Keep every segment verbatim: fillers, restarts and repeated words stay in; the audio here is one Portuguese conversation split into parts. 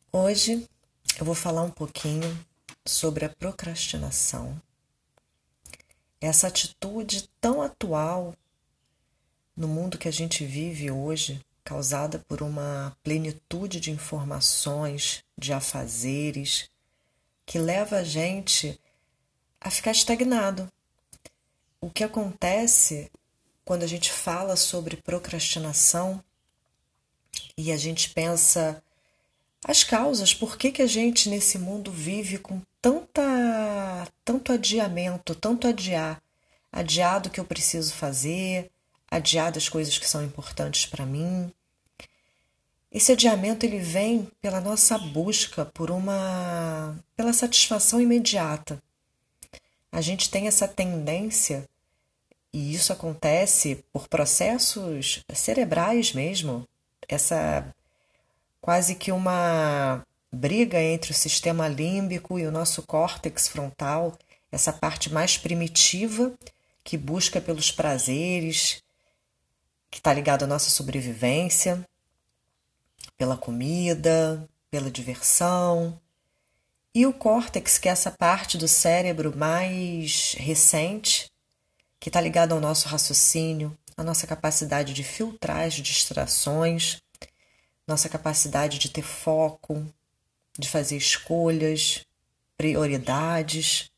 Hoje eu vou falar um pouquinho sobre a procrastinação, essa atitude tão atual no mundo que a gente vive hoje, causada por uma plenitude de informações, de afazeres, que leva a gente a ficar estagnado. O que acontece quando a gente fala sobre procrastinação e a gente pensa as causas, por que que a gente nesse mundo vive com tanta, tanto adiamento, tanto adiar, adiar do que eu preciso fazer, adiar das coisas que são importantes para mim. Esse adiamento ele vem pela nossa busca por uma, pela satisfação imediata. A gente tem essa tendência, e isso acontece por processos cerebrais mesmo, essa quase que uma briga entre o sistema límbico e o nosso córtex frontal, essa parte mais primitiva que busca pelos prazeres, que está ligado à nossa sobrevivência, pela comida, pela diversão, e o córtex, que é essa parte do cérebro mais recente, que está ligado ao nosso raciocínio, à nossa capacidade de filtrar as distrações, nossa capacidade de ter foco, de fazer escolhas, prioridades.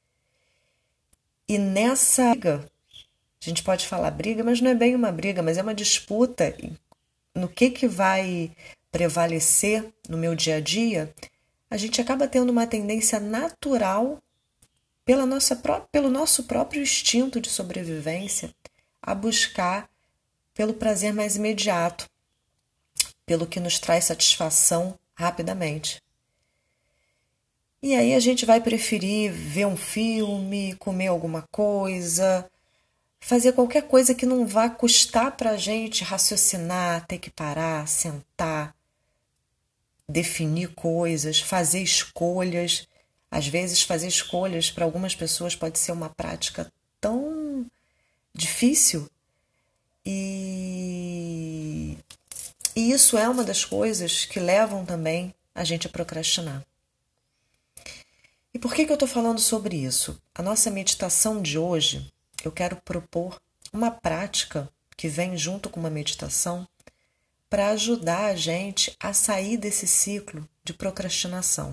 E nessa briga, a gente pode falar briga, mas não é bem uma briga, mas é uma disputa no que, que vai prevalecer no meu dia a dia, a gente acaba tendo uma tendência natural, pela nossa, pelo nosso próprio instinto de sobrevivência, a buscar pelo prazer mais imediato, pelo que nos traz satisfação rapidamente. E aí a gente vai preferir ver um filme, comer alguma coisa, fazer qualquer coisa que não vá custar para a gente raciocinar, ter que parar, sentar, definir coisas, fazer escolhas. Às vezes fazer escolhas para algumas pessoas pode ser uma prática tão difícil e E isso é uma das coisas que levam também a gente a procrastinar. E por que que eu estou falando sobre isso? A nossa meditação de hoje, eu quero propor uma prática que vem junto com uma meditação para ajudar a gente a sair desse ciclo de procrastinação.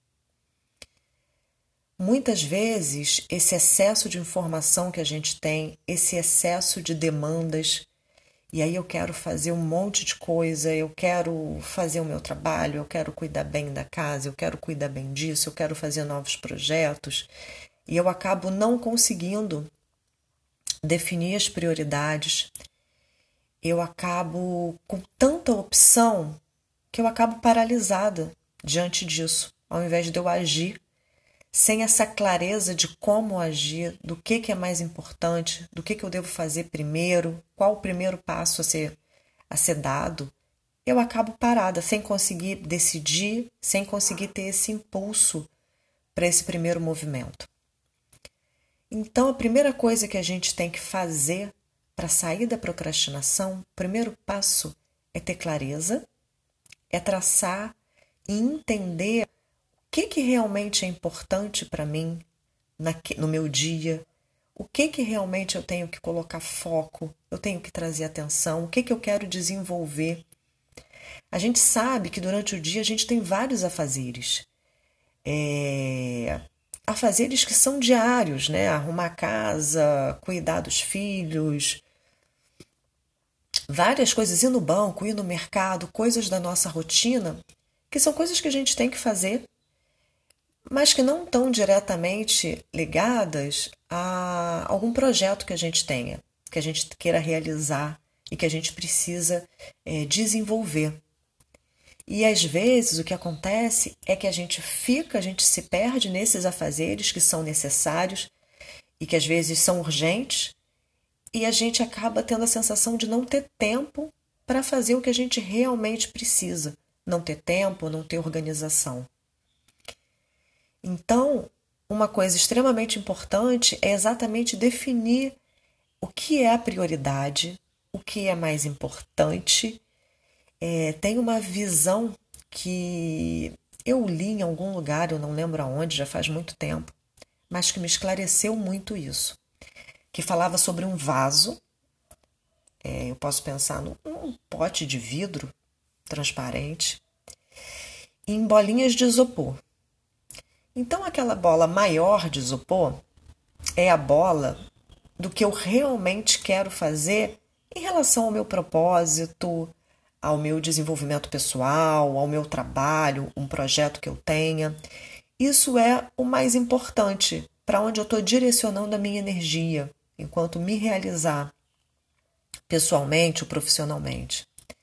Muitas vezes, esse excesso de informação que a gente tem, esse excesso de demandas, e aí eu quero fazer um monte de coisa, eu quero fazer o meu trabalho, eu quero cuidar bem da casa, eu quero cuidar bem disso, eu quero fazer novos projetos, e eu acabo não conseguindo definir as prioridades, eu acabo com tanta opção que eu acabo paralisada diante disso, ao invés de eu agir sem essa clareza de como agir, do que, que é mais importante, do que, que eu devo fazer primeiro, qual o primeiro passo a ser, a ser dado, eu acabo parada, sem conseguir decidir, sem conseguir ter esse impulso para esse primeiro movimento. Então, a primeira coisa que a gente tem que fazer para sair da procrastinação, o primeiro passo é ter clareza, é traçar e entender o que, que realmente é importante para mim no meu dia, o que, que realmente eu tenho que colocar foco, eu tenho que trazer atenção, o que, que eu quero desenvolver. A gente sabe que durante o dia a gente tem vários afazeres. É... Afazeres que são diários, né? Arrumar a casa, cuidar dos filhos, várias coisas, ir no banco, ir no mercado, coisas da nossa rotina, que são coisas que a gente tem que fazer, mas que não estão diretamente ligadas a algum projeto que a gente tenha, que a gente queira realizar e que a gente precisa é, desenvolver. E às vezes o que acontece é que a gente fica, a gente se perde nesses afazeres que são necessários e que às vezes são urgentes, e a gente acaba tendo a sensação de não ter tempo para fazer o que a gente realmente precisa, não ter tempo, não ter organização. Então, uma coisa extremamente importante é exatamente definir o que é a prioridade, o que é mais importante. É, tem uma visão que eu li em algum lugar, eu não lembro aonde, já faz muito tempo, mas que me esclareceu muito isso, que falava sobre um vaso, é, eu posso pensar num, num pote de vidro transparente, em bolinhas de isopor. Então, aquela bola maior de isopor é a bola do que eu realmente quero fazer em relação ao meu propósito, ao meu desenvolvimento pessoal, ao meu trabalho, um projeto que eu tenha. Isso é o mais importante para onde eu estou direcionando a minha energia, enquanto me realizar pessoalmente ou profissionalmente.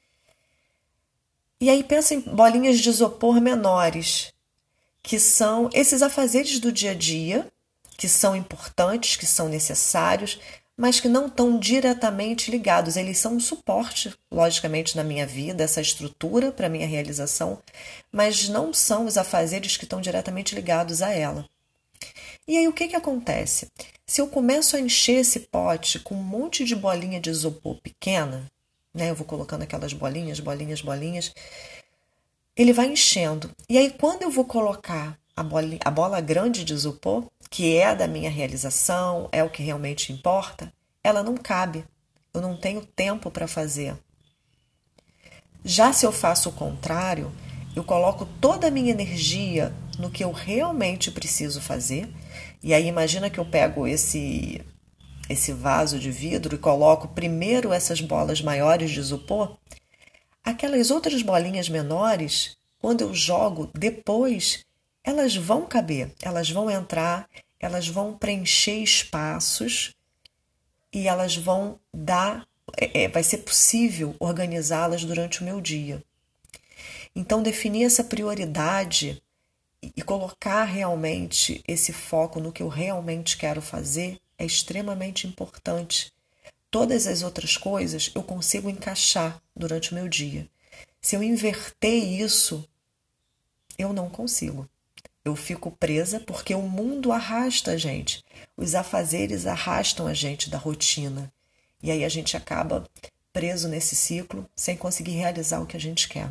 E aí pensa em bolinhas de isopor menores, que são esses afazeres do dia a dia, que são importantes, que são necessários, mas que não estão diretamente ligados. Eles são um suporte, logicamente, na minha vida, essa estrutura para a minha realização, mas não são os afazeres que estão diretamente ligados a ela. E aí o que, que acontece? Se eu começo a encher esse pote com um monte de bolinha de isopor pequena, né, eu vou colocando aquelas bolinhas, bolinhas, bolinhas, ele vai enchendo. E aí quando eu vou colocar a, bolinha, a bola grande de isopor, que é a da minha realização, é o que realmente importa, ela não cabe. Eu não tenho tempo para fazer. Já se eu faço o contrário, eu coloco toda a minha energia no que eu realmente preciso fazer. E aí imagina que eu pego esse, esse vaso de vidro e coloco primeiro essas bolas maiores de isopor. Aquelas outras bolinhas menores, quando eu jogo depois, elas vão caber, elas vão entrar, elas vão preencher espaços e elas vão dar, é, vai ser possível organizá-las durante o meu dia. Então, definir essa prioridade e colocar realmente esse foco no que eu realmente quero fazer é extremamente importante. Todas as outras coisas eu consigo encaixar durante o meu dia. Se eu inverter isso, eu não consigo. Eu fico presa porque o mundo arrasta a gente. Os afazeres arrastam a gente da rotina. E aí a gente acaba preso nesse ciclo sem conseguir realizar o que a gente quer.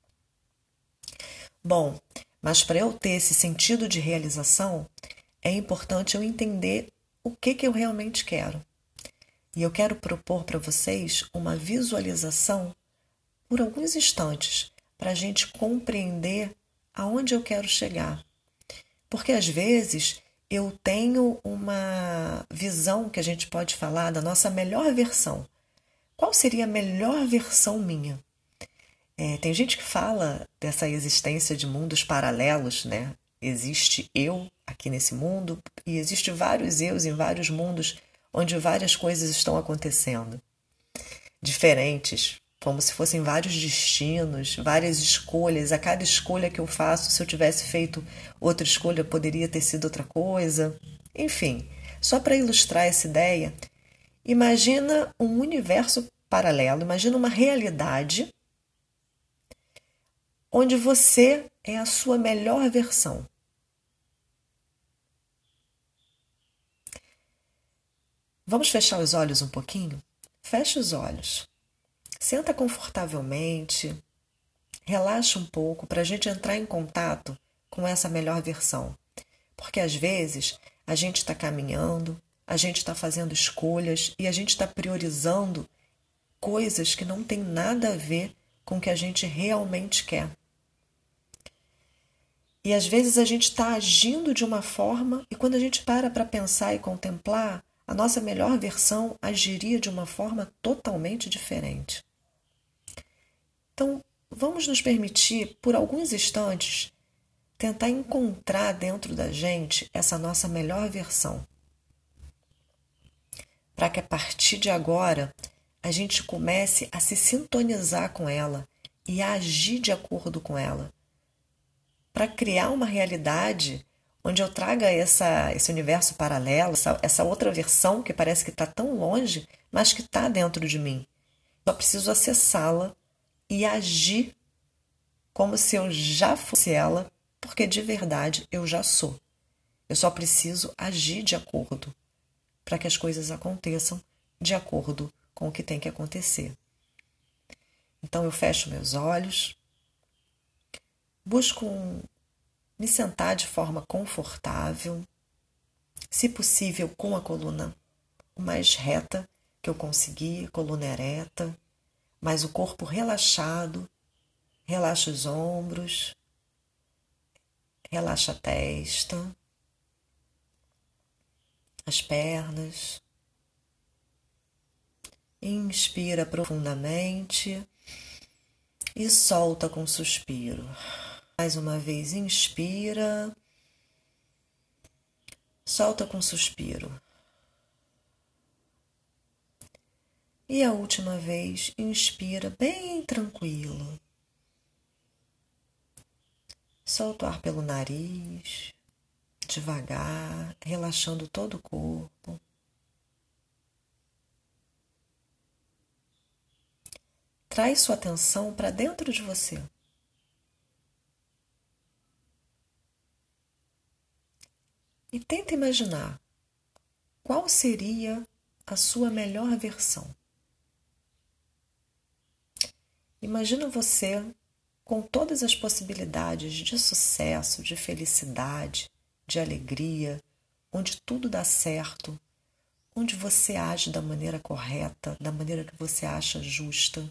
Bom, mas para eu ter esse sentido de realização, é importante eu entender o que, que eu realmente quero. E eu quero propor para vocês uma visualização por alguns instantes para a gente compreender aonde eu quero chegar. Porque às vezes eu tenho uma visão que a gente pode falar da nossa melhor versão. Qual seria a melhor versão minha? É, tem gente que fala dessa existência de mundos paralelos, né? Existe eu aqui nesse mundo e existe vários eus em vários mundos onde várias coisas estão acontecendo. Diferentes, como se fossem vários destinos, várias escolhas. A cada escolha que eu faço, se eu tivesse feito outra escolha, poderia ter sido outra coisa. Enfim, só para ilustrar essa ideia, imagina um universo paralelo, imagina uma realidade onde você é a sua melhor versão. Vamos fechar os olhos um pouquinho? Fecha os olhos. Senta confortavelmente, relaxa um pouco para a gente entrar em contato com essa melhor versão. Porque às vezes a gente está caminhando, a gente está fazendo escolhas e a gente está priorizando coisas que não tem nada a ver com o que a gente realmente quer. E às vezes a gente está agindo de uma forma e quando a gente para para pensar e contemplar, a nossa melhor versão agiria de uma forma totalmente diferente. Então, vamos nos permitir, por alguns instantes, tentar encontrar dentro da gente essa nossa melhor versão. Para que a partir de agora, a gente comece a se sintonizar com ela e a agir de acordo com ela. Para criar uma realidade onde eu traga essa, esse universo paralelo, essa, essa outra versão que parece que está tão longe, mas que está dentro de mim. Só preciso acessá-la e agir como se eu já fosse ela, porque de verdade eu já sou. Eu só preciso agir de acordo para que as coisas aconteçam de acordo com o que tem que acontecer. Então eu fecho meus olhos, Busco um, me sentar de forma confortável, se possível com a coluna o mais reta que eu conseguir, coluna ereta, mas o corpo relaxado. Relaxa os ombros, relaxa a testa, as pernas. Inspira profundamente e solta com um suspiro. Mais uma vez, inspira, solta com um suspiro. E a última vez, inspira bem tranquilo. Solta o ar pelo nariz, devagar, relaxando todo o corpo. Traz sua atenção para dentro de você. E tenta imaginar qual seria a sua melhor versão. Imagina você com todas as possibilidades de sucesso, de felicidade, de alegria, onde tudo dá certo, onde você age da maneira correta, da maneira que você acha justa.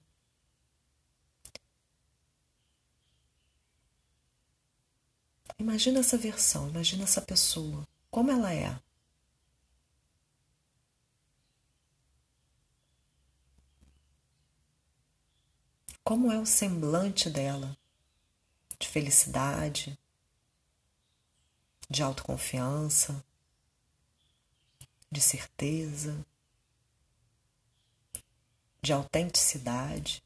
Imagina essa versão, imagina essa pessoa, como ela é. Como é o semblante dela, de felicidade, de autoconfiança, de certeza, de autenticidade,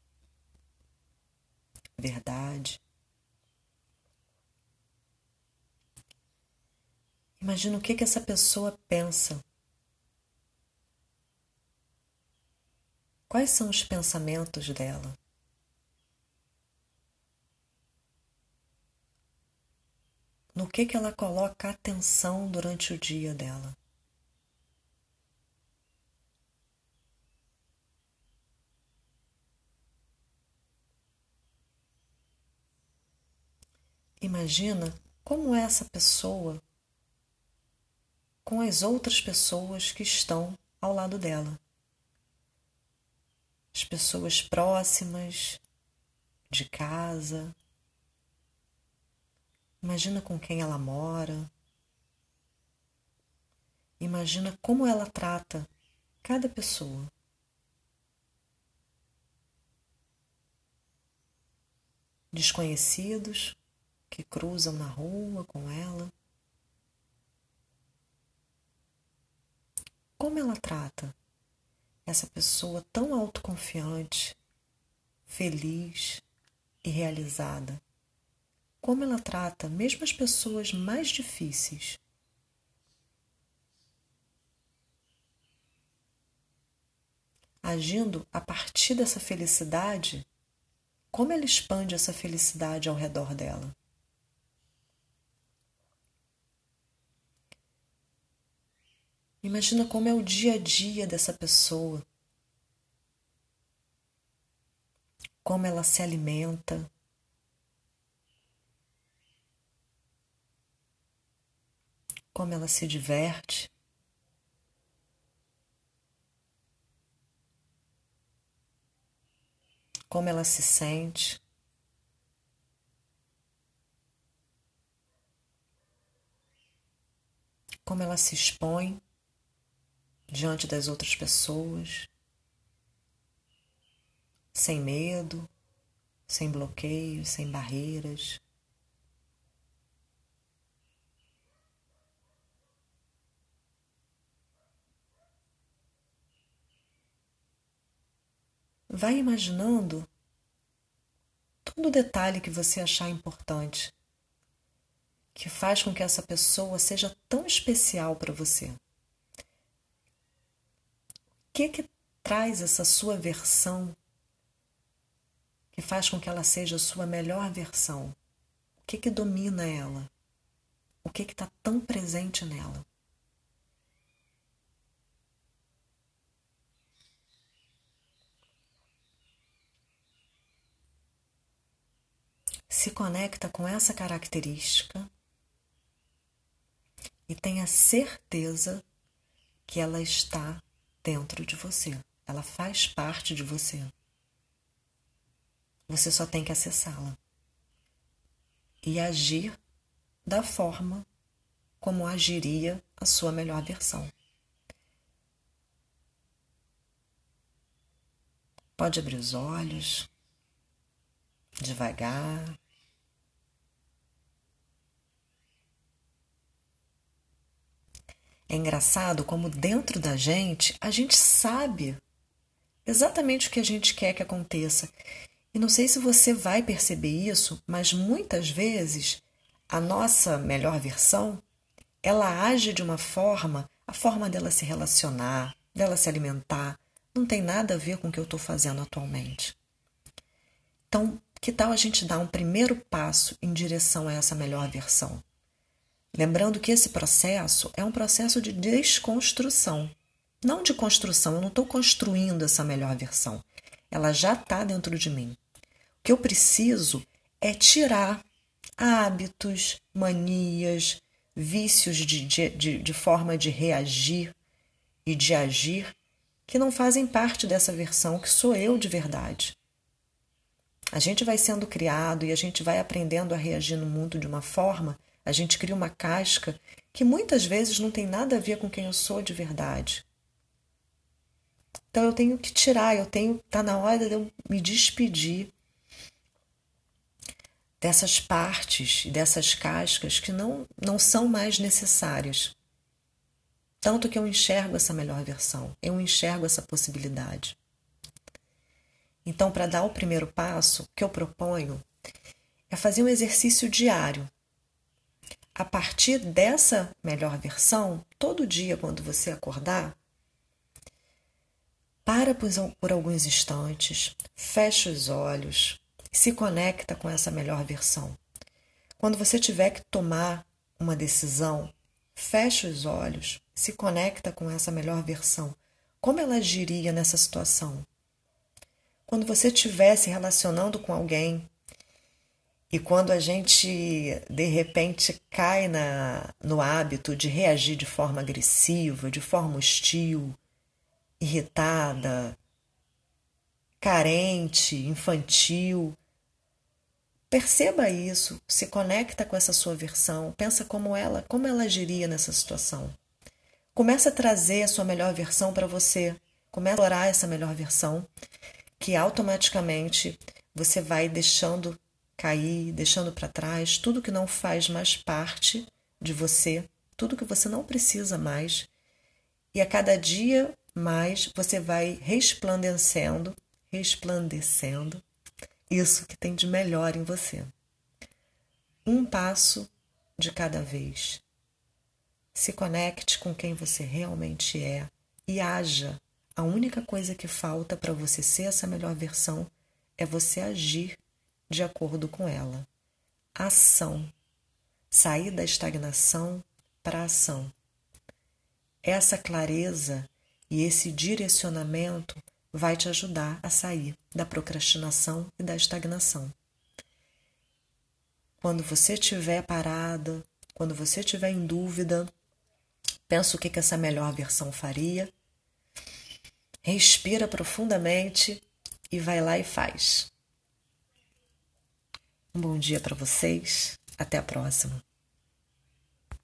verdade. Imagina o que, que essa pessoa pensa. Quais são os pensamentos dela? No que, que ela coloca atenção durante o dia dela? Imagina como é essa pessoa com as outras pessoas que estão ao lado dela. As pessoas próximas, de casa. Imagina com quem ela mora. Imagina como ela trata cada pessoa. Desconhecidos que cruzam na rua com ela. Como ela trata essa pessoa tão autoconfiante, feliz e realizada? Como ela trata mesmo as pessoas mais difíceis? Agindo a partir dessa felicidade, como ela expande essa felicidade ao redor dela? Imagina como é o dia a dia dessa pessoa, como ela se alimenta, como ela se diverte, como ela se sente. Como ela se expõe diante das outras pessoas, sem medo, sem bloqueios, sem barreiras. Vai imaginando todo detalhe que você achar importante, que faz com que essa pessoa seja tão especial para você. O que que traz essa sua versão que faz com que ela seja a sua melhor versão? O que que domina ela? O que que está tão presente nela? se conecta com essa característica e tenha certeza que ela está dentro de você. Ela faz parte de você. Você só tem que acessá-la e agir da forma como agiria a sua melhor versão. Pode abrir os olhos, devagar. É engraçado como dentro da gente, a gente sabe exatamente o que a gente quer que aconteça. E não sei se você vai perceber isso, mas muitas vezes a nossa melhor versão, ela age de uma forma, a forma dela se relacionar, dela se alimentar, não tem nada a ver com o que eu estou fazendo atualmente. Então, que tal a gente dar um primeiro passo em direção a essa melhor versão? Lembrando que esse processo é um processo de desconstrução, não de construção. Eu não estou construindo essa melhor versão. Ela já está dentro de mim. O que eu preciso é tirar hábitos, manias, vícios de, de, de, de forma de reagir e de agir que não fazem parte dessa versão que sou eu de verdade. A gente vai sendo criado e a gente vai aprendendo a reagir no mundo de uma forma, a gente cria uma casca que muitas vezes não tem nada a ver com quem eu sou de verdade. Então eu tenho que tirar, eu tenho, tá na hora de eu me despedir dessas partes e dessas cascas que não, não são mais necessárias. Tanto que eu enxergo essa melhor versão, eu enxergo essa possibilidade. Então, para dar o primeiro passo, o que eu proponho é fazer um exercício diário. A partir dessa melhor versão, todo dia quando você acordar, para por alguns instantes, fecha os olhos e se conecta com essa melhor versão. Quando você tiver que tomar uma decisão, fecha os olhos, se conecta com essa melhor versão. Como ela agiria nessa situação? Quando você estiver se relacionando com alguém e quando a gente, de repente, cai na, no hábito de reagir de forma agressiva, de forma hostil, irritada, carente, infantil, perceba isso, se conecta com essa sua versão, pensa como ela, como ela agiria nessa situação. Começa a trazer a sua melhor versão para você, começa a explorar essa melhor versão, que automaticamente você vai deixando cair, deixando para trás tudo que não faz mais parte de você, tudo que você não precisa mais. E a cada dia mais você vai resplandecendo, resplandecendo isso que tem de melhor em você. Um passo de cada vez. Se conecte com quem você realmente é e haja. A única coisa que falta para você ser essa melhor versão é você agir de acordo com ela. Ação. Sair da estagnação para a ação. Essa clareza e esse direcionamento vai te ajudar a sair da procrastinação e da estagnação. Quando você estiver parada, quando você estiver em dúvida, pensa o que essa melhor versão faria, respira profundamente e vai lá e faz. Um bom dia para vocês, até a próxima.